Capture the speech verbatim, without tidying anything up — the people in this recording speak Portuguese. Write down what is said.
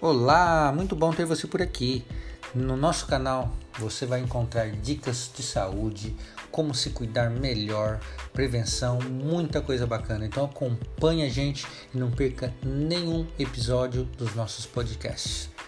Olá, muito bom ter você por aqui. No nosso canal você vai encontrar dicas de saúde, como se cuidar melhor, prevenção, muita coisa bacana. Então acompanhe a gente e não perca nenhum episódio dos nossos podcasts.